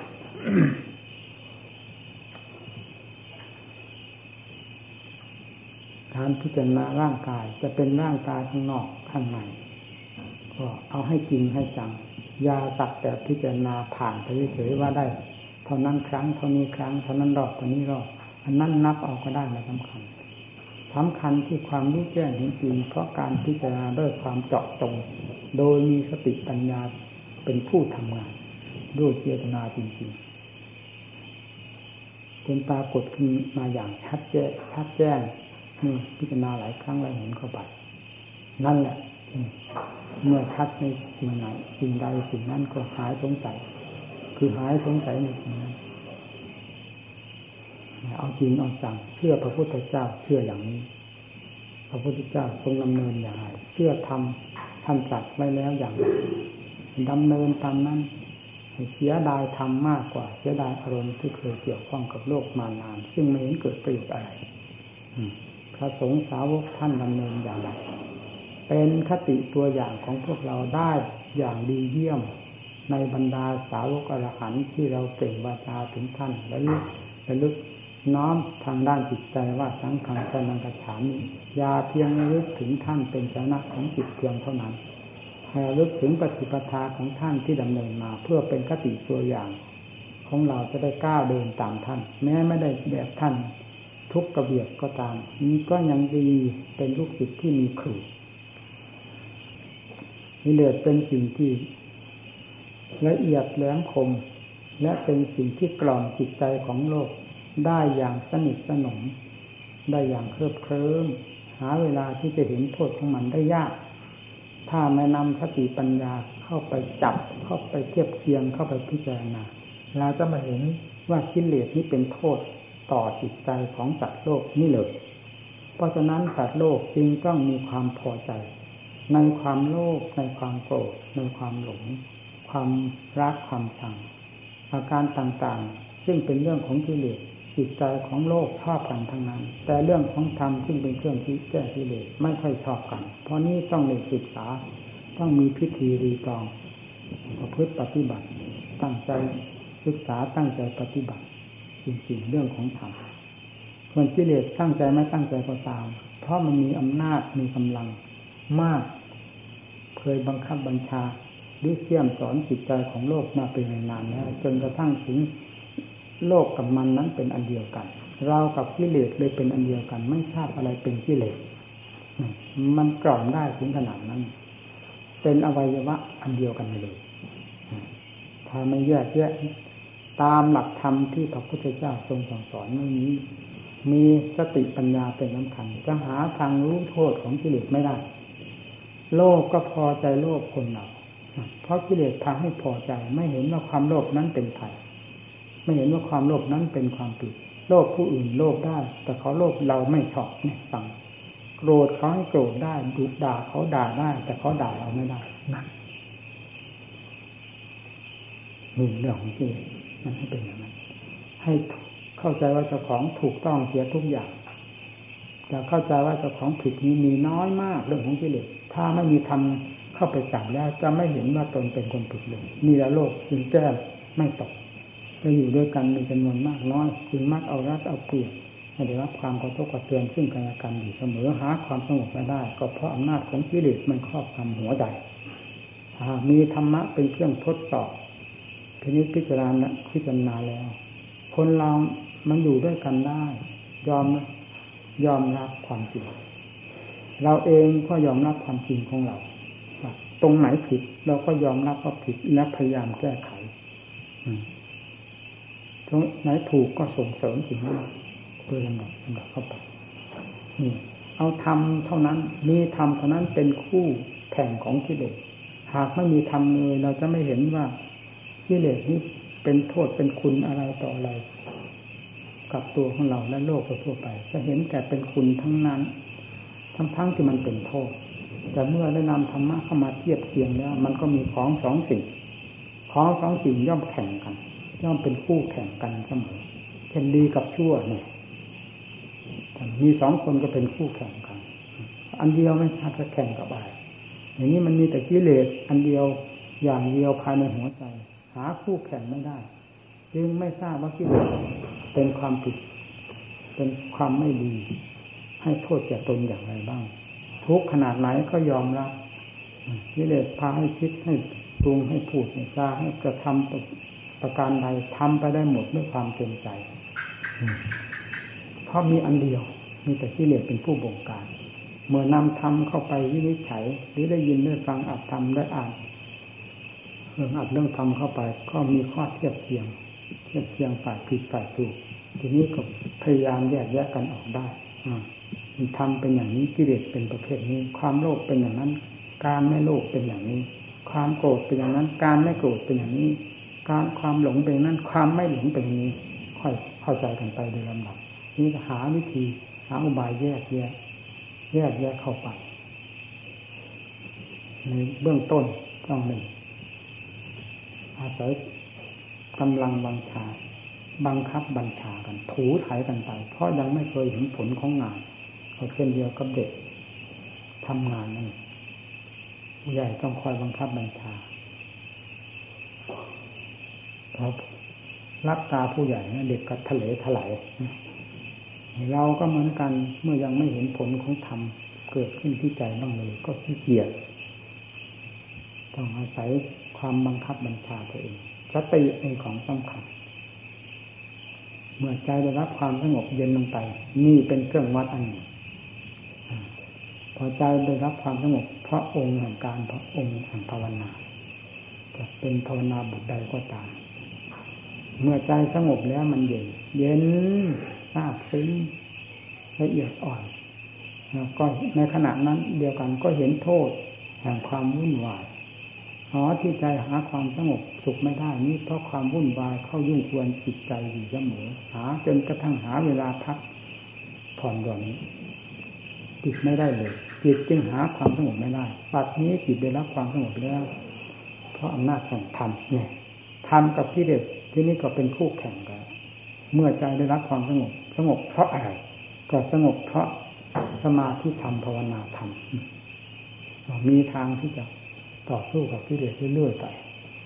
การพิจารณาร่างกายจะเป็นร่างกายข้างนอกข้างในก็เอาให้จริงให้จังยาสักแต่พิจารณาผ่านไปเฉยๆว่าได้เท่านั้นครั้งเท่านี้ครั้งเท่านั้นรอบเท่านี้รอบอันนั้นนับเอาก็ได้ไม่สำคัญสำคัญที่ความรู้แจ้งเห็นจริงเพราะการพิจารณาด้วยความเจาะจงโดยมีสติปัญญาเป็นผู้ทำงานด้วยเจตนาจริงๆจนปรากฏขึ้นมาอย่างชัดแจ้งชัดแจ้งนี่พิจารณาหลายครั้งหลายหนเข้าไปนั่นแหละเมื่อชัดในสิ่งไหนสิ่งใดสิ่งนั้นก็หายสงสัยคือหายสงสัยในสิ่งนั้นเอาจริงเอาจังเชื่อพระพุทธเจ้าเชื่ออย่างนี้พระพุทธเจ้าทรงดำเนินอย่างไรเชื่อธรรมท่านตรัสไว้แล้วอย่างไรดำเนินตามนั้นเสียดายธรรมมากกว่าเสียดายอารมณ์ที่เคยเกี่ยวข้องกับโลกมานานซึ่งไม่เห็นเกิดประโยชน์อะไรพระสงฆ์สาวกท่านดำเนินอย่างไรเป็นคติตัวอย่างของพวกเราได้อย่างดีเยี่ยมในบรรดาสาวกอรหันต์ที่เราเก่งวาจาถึงท่านและลึกและลึกน้อมทางด้านจิตใจว่าสังฆังสนังกัจฉามิอย่าเพียงระลึกถึงท่านเป็นสาระของจิตเพียงเท่านั้นให้ระลึกถึงปฏิปทาของท่านที่ดำเนินมาเพื่อเป็นคติตัวอย่างของเราจะได้ก้าวเดินตามท่านแม้ไม่ได้แบบท่านทุกกระเบียดก็ตามนี้ก็ยังดีเป็นลูกศิษย์ที่มีครูนิเลศเป็นสิ่งที่ละเอียดแหลมคมและเป็นสิ่งที่กล่อมจิตใจของโลกได้อย่างสนิทสนมได้อย่างเคลิบเคลิ้มหาเวลาที่จะเห็นโทษของมันได้ยากถ้าไม่นำสติปัญญาเข้าไปจับเข้าไปเทียบเคียงเข้าไปพิจารณาเราจะมาเห็นว่ากิเลสนี้เป็นโทษต่อจิตใจของสัตว์โลกนี่เลยเพราะฉะนั้นสัตว์โลกจึงต้องมีความพอใจในความโลภในความโกรธในความหลงความรักความชังอาการต่างๆซึ่งเป็นเรื่องของกิเลสจิตใจของโลกชอบกันทั้งนั้นแต่เรื่องของธรรมซึ่งเป็นเครื่องที่แก้กิเลสไม่ค่อยชอบกันเพราะนี้ต้องได้ศึกษาต้องมีพิธีรีตองประพฤติปฏิบัติตั้งใจศึกษาตั้งใจปฏิบัติจริงๆเรื่องของธรรมส่วนกิเลสตั้งใจไม่ตั้งใจก็ตามเพราะมันมีอำนาจมีกำลังมากเคยบังคับบัญชาหรือเสี่ยมสอนจิตใจของโลกมาเป็นนานแล้วจนกระทั่งถึงโลกกับมันนั้นเป็นอันเดียวกันเรากับกิเลสเลยเป็นอันเดียวกันไม่ทราบอะไรเป็นกิเลสมันกล่อมได้ถึงขนาดนั้นเป็นอวัยวะอันเดียวกันเลยถ้าไม่แยกแยะตามหลักธรรมที่พระพุทธเจ้าทรงสั่งสอนเรื่องนี้มีสติปัญญาเป็นสำคัญจะหาทางรู้โทษของกิเลสไม่ได้โลภก็พอใจโลภคนเราเพราะกิเลสพาให้พอใจไม่เห็นว่าความโลภนั้นเป็นภัยไม่เห็นว่าความโลภนั้นเป็นความผิดโลภผู้อื่นโลภได้แต่เขาโลภเราไม่ชอบเนี่ยฟังโกรธเขาให้โกรธได้ดุด่าเขาด่าได้แต่เขาด่าเราไม่ได้นั่นนี่เรื่องของกิเลสมันให้เป็นอย่างนั้นให้เข้าใจว่าเจ้าของถูกต้องเสียทุกอย่างแต่เข้าใจว่าเจ้าของผิดนี้มีน้อยมากเรื่องของกิเลสถ้าไม่มีธรรมเข้าไปจับแล้วจะไม่เห็นว่าตนเป็นคนผิดเลยมีแต่โลกจึงแก้ไม่ตกจะอยู่ด้วยกันมีจำนวนมากน้อยจึงมักเอารัดเอาเปรียบให้ได้รับความกระทบกระเทือนซึ่งกันและกันอยู่เสมอหาความสงบไม่ได้ก็เพราะอำนาจของกิเลสมันครอบงำหัวใจมีธรรมะเป็นเครื่องทดสอบพินิจพิจารณาพิจารณาแล้วคนเรามันอยู่ด้วยกันได้ยอมยอมรับความจริงเราเองก็ยอมรับความจริงของเราตรงไหนผิดเราก็ยอมรับว่าผิดและพยายามแก้ไขตรงไหนถูกก็ส่งเสริมสิ่งนั้นโดยลำดับลำดับเข้าไปนี่เอาธรรมเท่านั้นมีธรรมเท่านั้นเป็นคู่แข่งของกิเลสหากไม่มีธรรมเลยเราจะไม่เห็นว่ากิเลสนี้เป็นโทษเป็นคุณอะไรต่ออะไรกับตัวของเราและโลกทั่วไปจะเห็นแต่เป็นคุณทั้งนั้นทั้งๆที่มันเป็นโทษแต่เมื่อได้นำธรรมะเข้ามาเทียบเคียงแล้วมันก็มีของสองสิ่งของสองสิ่งย่อมแข่งกันย่อมเป็นคู่แข่งกันเสมอเช่นดีกับชั่วเนี่ยมีสองคนก็เป็นคู่แข่งกันอันเดียวไม่อาจจะแข่งกับอะไรอย่างนี้มันมีแต่กิเลสอันเดียวอย่างเดียวภายในหัวใจหาคู่แข่งไม่ได้จึงไม่ทราบว่ากิเลสเป็นความผิดเป็นความไม่ดีให้โทษแก่ตนอย่างไรบ้างทุกขนาดไหนก็ยอมรับกิเลสพาให้คิดให้ปรุงให้พูดให้จาให้กระทำประการใดทำไปได้หมดด้วยความเต็มใจเพราะมีอันเดียวมีแต่กิเลสเป็นผู้บงการเมื่อนำธรรมเข้าไปวินิจฉัยหรือได้ยินได้ฟังอัดธรรมได้อ่านเรื่องอัดเรื่องธรรมเข้าไปก็มีข้อเทียบเทียงเทียบเทียงฝ่ายผิดฝ่ายถูกทีนี้ก็พยายามแยกแยะกันออกได้ทำเป็นอย่างนี้กิเลสเป็นประเภทนี้ความโลภเป็นอย่างนั้นการไม่โลภเป็นอย่างนี้ความโกรธเป็นอย่างนั้นการไม่โกรธเป็นอย่างนี้การความหลงเป็นอย่างนั้นความไม่หลงเป็นอย่างนี้ค่อยเข้าใจกันไปโดยลำดับนี่หาวิธีหาอุบายแยกแยะแยกแยะเข้าไปในเบื้องต้นต้องหนึ่งอาศัยกำลังบังชาบังคับบัญชากันถูถ่ายกันไปเพราะยังไม่เคยเห็นผลของงานเขาเช่นเดียวกับเด็กทำงานนั่นผู้ใหญ่ต้องคอยบังคับบัญชาพอรับตาผู้ใหญ่นะเด็กก็ทะเลถลายเราก็เหมือนกันเมื่อยังไม่เห็นผลของธรรมเกิดขึ้นที่ใจบ้างเลยก็ขี้เกียจต้องอาศัยความบังคับบัญชาตัวเองสติเป็นของสำคัญเมื่อใจได้รับความสงบเย็นลงไปนี่เป็นเครื่องวัดอันหนึ่งพอใจได้รับความสงบเพราะองค์แห่งการเพราะองค์แห่งภาวนาจะเป็นภาวนาบุตรใดก็ตามเมื่อใจสงบแล้วมันเย็นเย็นซาบซึ้งละเอียดอ่อนแล้วก็ในขณะนั้นเดียวกันก็เห็นโทษแห่งความวุ่นวายอ๋อที่ใจหาความสงบสุขไม่ได้นี่เพราะความวุ่นวายเข้ายุ่งควรจิตใจอยู่เสมอหาจนกระทั่งหาเวลาพักผ่อนหย่อนจิตไม่ได้เลยจิตจึงหาความสงบไม่ได้ปัจจุบันนี้จิตได้รับความสงบแล้วเพราะอำนาจแห่งธรรมเนี่ยธรรมกับกิเลสที่นี่ก็เป็นคู่แข่งกันเมื่อใจได้รับความสงบสงบเพราะอะไรก็สงบเพราะสมาธิธรรมภาวนาธรรมมีทางที่จะต่อสู้กับกิเลสเรื่อยๆไป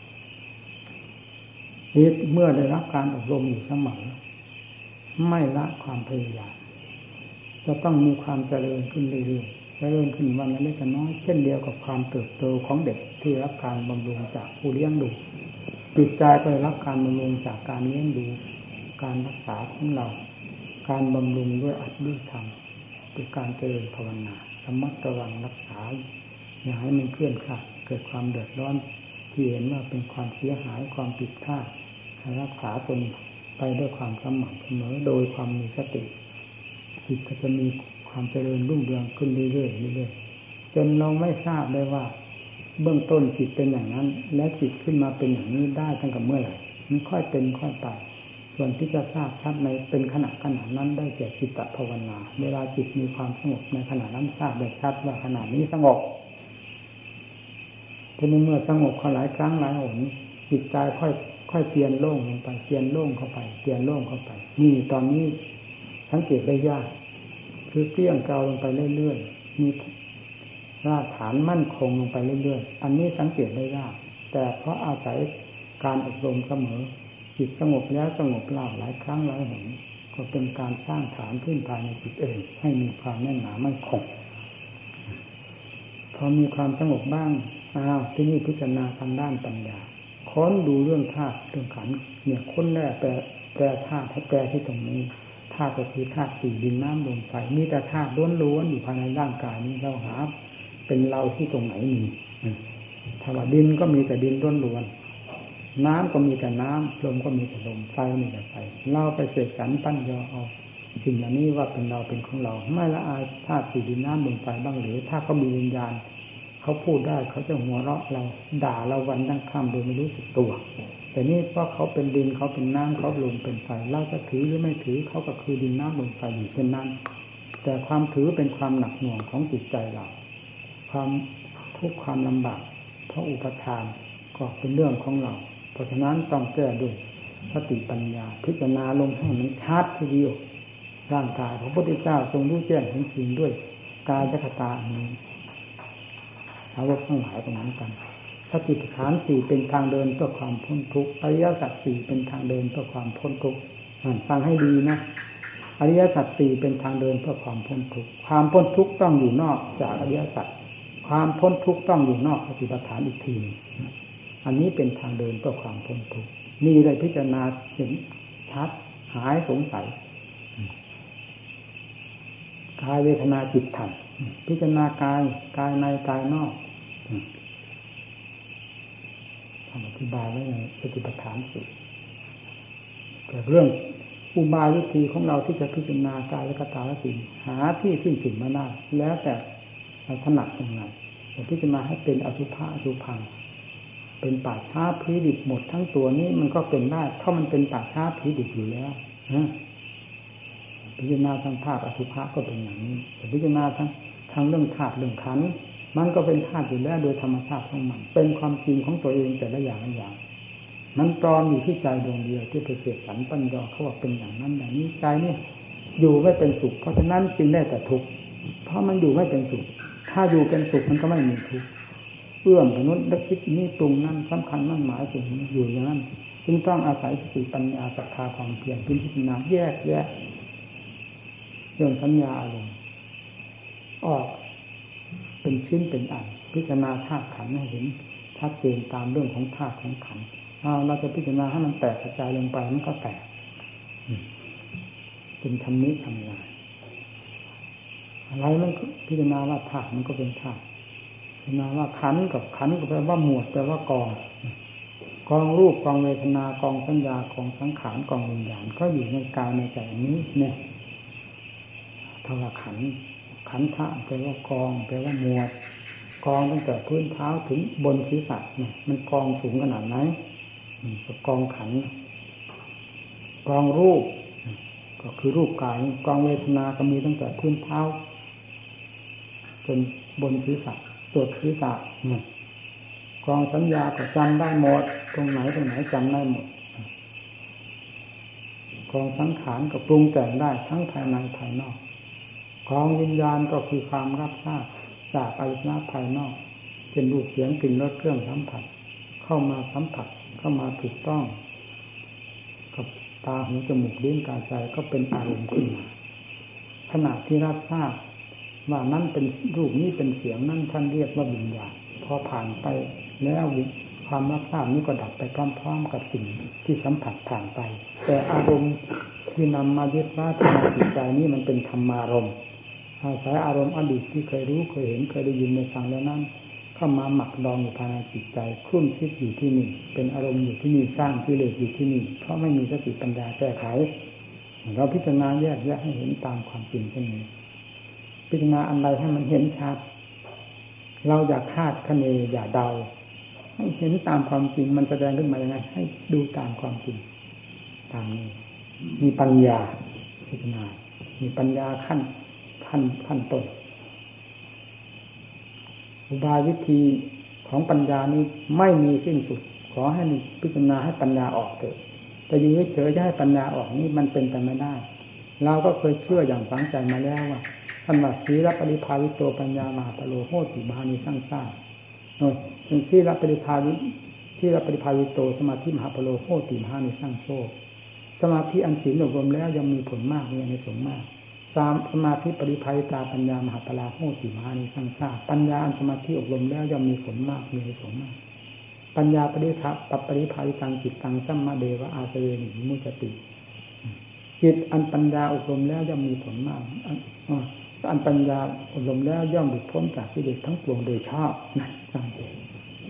นี่เมื่อได้รับการอบรมอยู่เสมอไม่ละความพยายามจะต้องมีความเจริญขึ้นเรื่อยๆเจริญขึ้นวันละเล็กน้อยเช่นเดียวกับความเติบโตของเด็กที่รับการบำรุงจากผู้เลี้ยงดูจิตใจก็ได้รับการบำรุงจากการเลี้ยงดูการรักษาของเราการบำรุงด้วยอัดด้วยธรรมด้วยการเจริญภาวนาระมัดระวังรักษาอย่าให้มันเคลื่อนคลาดเกิดความเดือดร้อนที่เห็นว่าเป็นความเสียหายความผิดพลาดให้รักษาตนไปด้วยความสม่ำเสมอโดยความมีสติจิตก็จะมีความเจริญรุ่งเรืองขึ้นเรื่อยๆเรื่อยๆจนเราไม่ทราบได้ว่าเบื้องต้นจิตเป็นอย่างนั้นและจิตขึ้นมาเป็นอย่างนี้ได้ตั้งแต่เมื่อไหร่มันค่อยเป็นค่อยไปส่วนที่จะทราบชัดในเป็นขณะขณะนั้นได้แก่จิตตภาวนาเวลาจิตมีความสงบในขณะนั้นทราบได้ชัดว่าขณะนี้สงบทีนี้เมื่อสงบเขาหลายครั้งหลายหนจิตใจค่อยค่อยเปลี่ยนโล่งลงไปเปลี่ยนโล่งเข้าไปเปลี่ยนโล่งเข้าไปนี่ตอนนี้สังเกตได้ยากคือเกลี้ยงเกลาลงไปเรื่อยๆมีรากฐานมั่นคงลงไปเรื่อยๆอันนี้สังเกตได้ยากแต่เพราะอาศัยการอบรมเสมอจิตสงบแล้วสงบเล่าหลายครั้งหลายหนก็เป็นการสร้างฐานขึ้นภายในจิตเองให้มีความแน่นหนามั่นคงพอมีความสงบบ้างอ้าวที่นี่พิจารณาทางด้านปัญญาค้นดูเรื่องธาตุเรื่องขันธ์เนี่ยค้นแรกแปลแปลธาตุให้แปลที่ตรงนี้ธาตุก็คือธาตุสี่ดินน้ำลมไฟมีแต่ธาตุล้วนๆอยู่ภายในร่างกายนี้เราหาเป็นเราที่ตรงไหนมีถ้าว่าดินก็มีแต่ดินล้วนๆน้ำก็มีแต่น้ำลมก็มีแต่ลมไฟมีแต่ไฟเราไปเสกสรรปั้นยอเอาสิ่งเหล่านี้ว่าเป็นเราเป็นของเราไม่ละอายธาตุสี่ดินน้ำลมไฟบ้างหรือถ้าเขามีวิญญาณเขาพูดได้เขาจะหัวเราะเราด่าเราวันนั่งค่ำโดยไม่รู้สึกตัวแต่นี่เพราะเขาเป็นดินเขาเป็นน้ำเขาลมเป็นไฟเราจะถือหรือไม่ถือเขาก็คือดินน้ำลมไฟอยู่เช่นนั้นแต่ความถือเป็นความหนักหน่วงของจิตใจเราความทุกข์ความลำบากเพราะอุปทานก็เป็นเรื่องของเราเพราะฉะนั้นต้องแก้ด้วยสติปัญญาพิจารณาลงให้มันชัดทีเดียวร่างกายพระพุทธเจ้าทรงรู้แจ้งเห็นจริงด้วยกายคตาอันนี้เอาว่าทั้งหลายตรงนั้นกันสติปัฏฐานสี่เป็นทางเดินเพื่อความพ้นทุกข์อริยสัจสี่เป็นทางเดินเพื่อความพ้นทุกข์ฟังให้ดีนะอริยสัจสี่เป็นทางเดินเพื่อความพ้นทุกข์ความพ้นทุกข์ต้องอยู่นอกจากอริยสัจความพ้นทุกข์ต้องอยู่นอกสติปัฏฐานอีกทีอันนี้เป็นทางเดินเพื่อความพ้นทุกข์นี่ได้พิจารณาเห็นชัดหายสงสัยกายเวทนาจิตธรรมพิจารณากายกายในกายนอกทำอธิบายไว้ในสติปัฏฐานสี่แต่เรื่องอุบายวิธีของเราที่จะพิจารณากายและกตาและสิ่งหาที่สิ้นสุดมาได้แล้วแต่ถนัดอย่างไรแต่พิจารณาให้เป็นอสุภะอสุภังเป็นป่าช้าผีดิบหมดทั้งตัวนี้มันก็เป็นได้เพราะมันเป็นป่าช้าผีดิบอยู่แล้วนะพิจารณาทางธาตุอสุภะก็เป็นอย่างนี้แต่พิจารณาทางทางเรื่องธาตุเรื่องขันธ์มันก็เป็นธาตุอยู่แล้วโดยธรรมชาติของมันเป็นความจริงของตัวเองแต่ละอย่างละอย่างมันปลอมอยู่ที่ใจดวงเดียวที่ไปเสกสรรปัญญาเขาว่าเป็นอย่างนั้นอย่างนี้ใจนี่อยู่ไม่เป็นสุขเพราะฉะนั้นจึงได้แต่ทุกข์เพราะมันอยู่ไม่เป็นสุขถ้าอยู่เป็นสุขมันก็ไม่มีทุกข์เอื้อมไปนู้นแล้วคิดนี่ปรุงนั่นสำคัญนั่นหมายสิ่งนี้อยู่อย่างนั้นจึงต้องอาศัยสติปัญญาศรัทธาความเพียรพิจารณาแยกแยะเรื่องสัญญาอารมณ์ออกเป็นชิ้นเป็นอันพิจารณาธาตุขันธ์ให้เห็นชัดเจนตามเรื่องของธาตุของขันธ์เราจะพิจารณาให้มันแตกกระจายลงไปมันก็แตกเป็นธรรมนิธรรมลายอะไรมันพิจารณาว่าธาตุมันก็เป็นธาตุพิจารณาว่าขันธ์กับขันธ์ก็แปลว่าหมวดแปลว่ากองกองรูปกองเวทนากองสัญญากองสังขารกองวิญญาณก็อยู่ในกายในใจนี้เนี่ยธรรมขันธ์ขันธ์แปลว่ากองแปลว่าหมวดกองตั้งแต่พื้นเท้าถึงบนศีรษะเนี่ยมันกองสูงขนาดไหนกองขันธ์กองรูปก็คือรูปกายกองเวทนาก็มีตั้งแต่พื้นเท้าจนบนศีรษะตัวศีรษะเนี่ยกองสัญญาก็จำได้หมดตรงไหนตรงไหนจำได้หมดกองสังขารก็ปรุงแต่งได้ทั้งภายในภายนอกกองวิญญาณก็คือความรับทราบจากอายตนะภายนอกเป็นรูปเสียงกลิ่นรสเครื่องสัมผัสเข้ามาสัมผัสเข้ามาถูกต้องกับตาหูจมูกลิ้นกายใจก็เป็นอารมณ์ขึ้นมาขณะที่รับทราบว่านั้นเป็นรูปนี้เป็นเสียงนั้นท่านเรียกว่าวิญญาณพอผ่านไปแล้วความรับทราบนี้ก็ดับไปพร้อมๆกับสิ่งที่สัมผัสผ่านไปแต่อารมณ์ที่นำมายึดว่าทางจิตใจนี้มันเป็นธรรมารมณ์อาศัยอารมณ์อดีตที่เคยรู้เคยเห็นเคยได้ยินในฟังแล้วนั้นเข้ามาหมักดองอยู่ภายในจิตใจครุ่นคิดอยู่ที่นี่เป็นอารมณ์อยู่ที่นี่สร้างกิเลสอยู่ที่นี่เพราะไม่มีสติปัญญาแก้ไขเราพิจารณาแยกแยะให้เห็นตามความจริงเช่นนี้พิจารณาอันใดให้มันเห็นชัดเราอย่าคาดคะเนอย่าเดาให้เห็นตามความจริงมันแสดงขึ้นมายังไงให้ดูตามความจริงตามนี้มีปัญญาพิจารณามีปัญญาขั้นขั้นขั้นต้นอุบายวิธีของปัญญานี้ไม่มีสิ้นสุดขอให้พิจารณาให้ปัญญาออกเถอะแต่อยู่เฉยๆจะให้ปัญญาออกนี่มันเป็นไปไม่ได้เราก็เคยเชื่ออย่างฝังใจมาแล้วว่าท่านว่าสีรปริภาวิโตปัญญามหาปโลโหติมหานิสังสาโน่นสีรปริภาวิที่รปริภาวิโตสมาธิมหาปโลโหติมหานิสังโซสมาธิอันศีลอบรมแล้วยังมีผลมากมีอานิสงส์มากสามสมาธิปริภาวิตาปัญญามหาปลาโหติมหานิสังสาปัญญาอันสมาธิอบรมแล้วย่อมมีผลมากมีอานิสงส์มากปัญญาปริภาปปริภาวิตังจิตตังสัมมาเดวะอาเสเวนิมุจติจิตอันปัญญาอบรมแล้วย่อมมีผลมากอันปัญญาอบรมแล้วย่อมหลุดพ้นจากกิเลสทั้งปวงโดยชอบนั่นสังเกต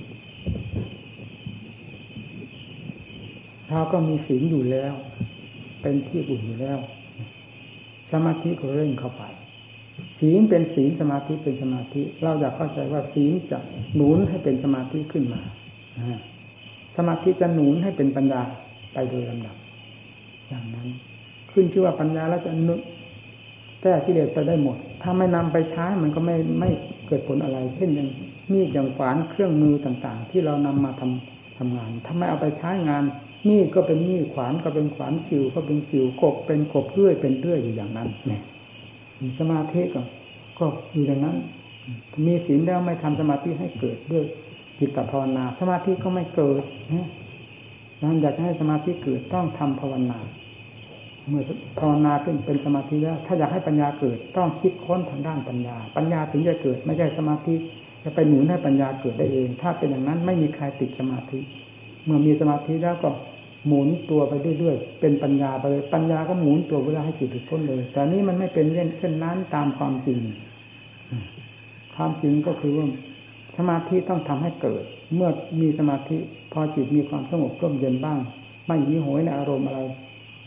เราก็มีศีลอยู่แล้วเป็นที่อุ่นอยู่แล้วสมาธิก็เร่งเข้าไปศีลเป็นศีลสมาธิเป็นสมาธิเราอยากเข้าใจว่าศีลจะหนุนให้เป็นสมาธิขึ้นมาสมาธิจะหนุนให้เป็นปัญญาไปโดยลำดับอย่างนั้นขึ้นชื่อว่าปัญญาแล้วจะนึกแก้กิเลสไปได้หมดถ้าไม่นำไปใช้มันก็ไม่ไม่เกิดผลอะไรเช่นอย่างมีดอย่างขวานเครื่องมือต่างๆที่เรานำมาทำทำงานถ้าไม่เอาไปใช้งานมีดก็เป็นมีดขวานก็เป็นขวานสิวก็เป็นสิวกบเป็นกบเลื่อยเป็นเลื่อยอยู่อย่างนั้นเนี่ยสมาธิก็ก็อยู่อย่างนั้นมีศีลแล้วไม่ทำสมาธิให้เกิดด้วยจิตภาวนาสมาธิก็ไม่เกิดนั่นอยากให้สมาธิเกิดต้องทำภาวนาเมื่อภาวนาขึ้นเป็นสมาธิแล้วถ้าอยากให้ปัญญาเกิดต้องคิดค้นทางด้านปัญญาปัญญาถึงจะเกิดไม่ใช่สมาธิจะไปหนุนให้ปัญญาเกิดได้เองถ้าเป็นอย่างนั้นไม่มีใครติดสมาธิเมื่อมีสมาธิแล้วก็หมุนตัวไปเรื่อยๆเป็นปัญญาไปเลยปัญญาก็หมุนตัวเวลาให้จิตหลุดพ้นเลยแต่นี้มันไม่เป็นเช่นนั้นตามความจริงความจริงก็คือว่าสมาธิต้องทำให้เกิดเมื่อมีสมาธิพอจิตมีความสงบร่มเย็นบ้างไม่หิวโหยในอารมณ์อะไร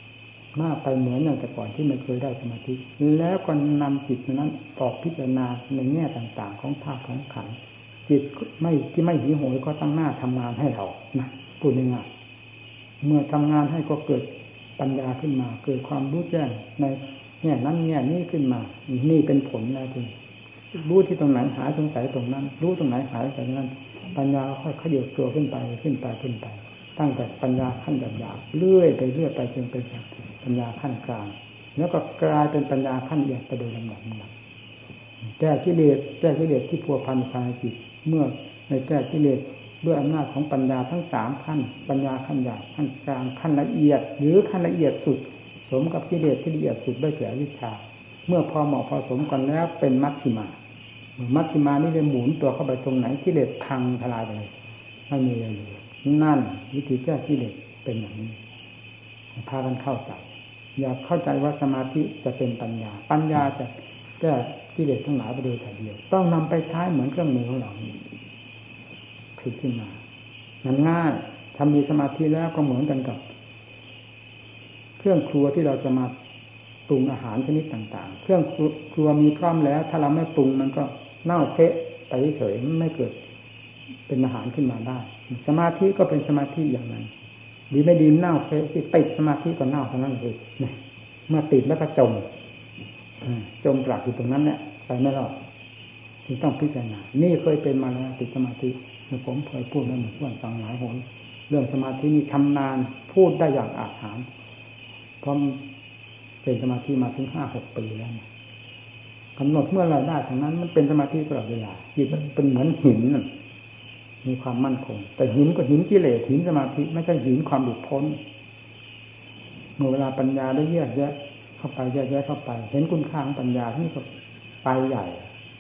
มากไปเหมือนอย่างแต่ก่อนที่ไม่เคยได้สมาธิแล้วก็นำจิตนั้นออกพิจารณาในแง่ต่างๆของธาตุของขันธ์จิตไม่ที่ไม่หิวโหยก็ตั้งหน้าทำงานให้เรานะพูดง่ายๆเมื่อทำงานให้ก็เกิดปัญญาขึ้นมาเกิดความรู้แจ้งในแง่นั้นแง่นี้ขึ้นมานี่เป็นผลนะจริงรู้ที่ตรงไหนหายสงสัยตรงนั้นรู้ตรงไหนหายสงสัยตรงนั้นปัญญาค่อยขยับตัวขึ้นไปขึ้นไปขึ้นไปตั้งแต่ปัญญาขั้นหยาบๆเรื่อยไปเรื่อยไปจนเป็นปัญญาขั้นกลางแล้วก็กลายเป็นปัญญาขั้นละเอียดไปโดยลำดับลำดับแก้กิเลสแก้กิเลสที่พัวพันภายในจิตเมื่อในแก้กิเลสด้วยอำนาจของปัญญาทั้งสามขั้นปัญญาขั้นหยาบขั้นกลางขั้นละเอียดหรือขั้นละเอียดสุดสมกับกิเลสที่ละเอียดสุดได้แก่วิชาเมื่อพอเหมาะพอสมกันแล้วเป็นมัชฌิมามัชฌิมานี่จะหมุนตัวเข้าไปตรงไหนกิเลสพังทลายไปเลยไม่มีอะไรเลยนั่นวิธีแก้กิเลสเป็นอย่างนี้พากันเข้าใจอย่าเข้าใจว่าสมาธิจะเป็นปัญญาปัญญาจะแก้กิเลสทั้งหลายไปโดยถ่ายเดียวต้องนำไปใช้เหมือนเครื่องมือของเราผลิตขึ้นมามันง่ายทำมีสมาธิแล้วก็เหมือนกันกับเครื่องครัวที่เราจะมาปรุงอาหารชนิดต่างๆเครื่องครัวมีพร้อมแล้วถ้าเราไม่ปรุงมันก็เน่าเทะไปเฉยๆไม่เกิดเป็นอาหารขึ้นมาได้สมาธิก็เป็นสมาธิอย่างนั้นดีไม่ดีเน่าเทะที่ติดสมาธิก็เน่าเท่านั้นเองเมื่อติดแล้วก็จมจมปลักอยู่ตรงนั้นแหละไปไม่รอดจึงต้องพิจารณานี่เคยเป็นมาแล้วติดสมาธิผมเคยพูดแล้วเหมือนกันฟังหลายหนเรื่องสมาธินี่ชำนาญพูดได้อย่างอาถรรพ์เพราะเป็นสมาธิมาถึงห้าหกปีแล้วกำหนดเมื่อไรได้ทั้งนั้นมันเป็นสมาธิตลอดเวลาจิตมันเป็นเหมือนหินมีความมั่นคงแต่หินก็หินกิเลสหินสมาธิไม่ใช่หินความหลุดพ้นเมื่อเวลาปัญญาได้แยกแยะเข้าไปแยกแยะเข้าไปเห็นคุณค่าของปัญญาที่ก็ไปใหญ่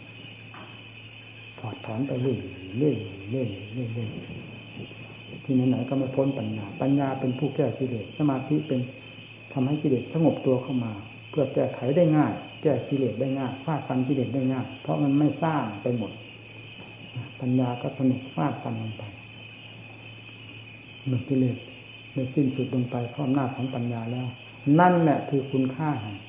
ถอดถอนไปเรื่อยเรื่อยเรื่อยเรื่อยเรื่อยที่ไหนๆก็ไม่พ้นปัญญาปัญญาเป็นผู้แก้กิเลสสมาธิเป็นทำให้กิเลสสงบตัวเข้ามาเพื่อแก้ไขได้ง่ายแก้กิเลสได้ง่ายฟาดฟันกิเลสได้ง่ายเพราะมันไม่สร้างไปหมดปัญญาก็สนุกฟาดฟันลงไปเมื่อกิเลสได้สิ้นสุดลงไปเพราะอำนาจของปัญญาแล้วนั่นแหละคือคุณค่าแห่ง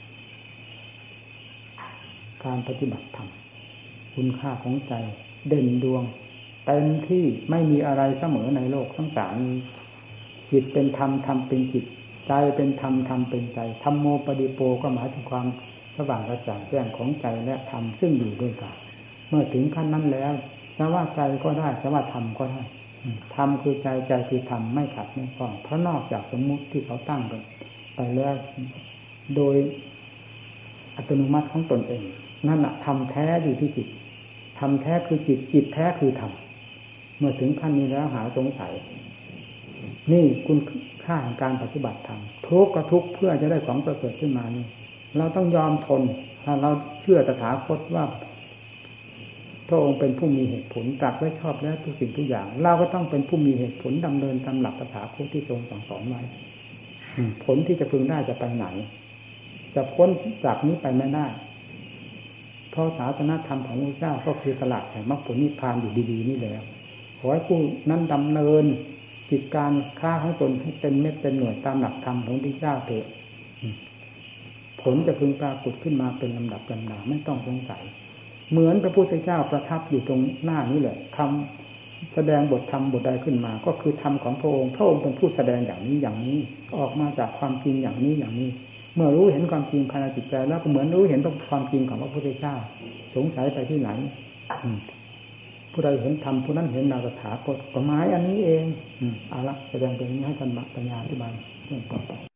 การปฏิบัติธรรมคุณค่าของใจเด่นดวงเต็มที่ไม่มีอะไรเสมอในโลกทั้งสามนี้จิตเป็นธรรมธรรมเป็นจิตใจเป็นธรรมธรรมเป็นใจธัมโมปฏิโปก็หมายถึงความสว่างกระจ่างแจ้งของใจและธรรมซึ่งอยู่ด้วยกันเมื่อถึงขั้นนั้นแล้วจะว่าใจก็ได้จะว่าธรรมก็ได้ธรรมคือใจใจคือธรรมไม่ขัดไม่ข้องเพราะนอกจากสมมุติที่เขาตั้งกันไปแล้วโดยอัตโนมัติของตนเองนั่นแหละธรรมแท้อยู่ที่จิตธรรมแท้คือจิตจิตแท้คือธรรมเมื่อถึงขั้นนี้แล้วหาสงสัยนี่คุณค่าของการปฏิบัติธรรมทุกข์ก็ทุกข์เพื่อจะได้ของประเสริฐขึ้นมานี่เราต้องยอมทนถ้าเราเชื่อตถาคตว่าพระองค์เป็นผู้มีเหตุผลตรัสไว้ชอบแล้วทุกสิ่งทุกอย่างเราก็ต้องเป็นผู้มีเหตุผลดำเนินตามหลักตถาคตที่ทรงสั่งสอนไว้ผลที่จะพึงได้จะไปไหนจะพ้นจากนี้ไปไม่ได้เพราะศาสนธรรมของพระเจ้าก็คือตลาดแห่งมรรคผลนิพพานอยู่ดีๆนี่แล้วขอให้ผู้นั้นดำเนินกิจการค้าของตนให้เต็มเม็ดเต็มหน่วยตามหลักธรรมของพระเจ้าเถิดผลจะพึงปรากฏขึ้นมาเป็นลำดับลำดาไม่ต้องสงสัยเหมือนพระพุทธเจ้าประทับอยู่ตรงหน้านี้แหละทำแสดงบทธรรมบทใดขึ้นมาก็คือธรรมของพระองค์พระองค์เป็นผู้แสดงอย่างนี้อย่างนี้ออกมาจากความจริงอย่างนี้อย่างนี้เมื่อรู้เห็นความจริงภายในจิตใจแล้วก็เหมือนรู้เห็นความจริงของพระพุทธเจ้าสงสัยไปที่ไหนผู้ใดเห็นธรรมผู้นั้นเห็นนามตถาคตก็หมายอันนี้เองเอาละแสดงเป็นนี้ให้กันปัญญาอธิบายเรื่องต่อไป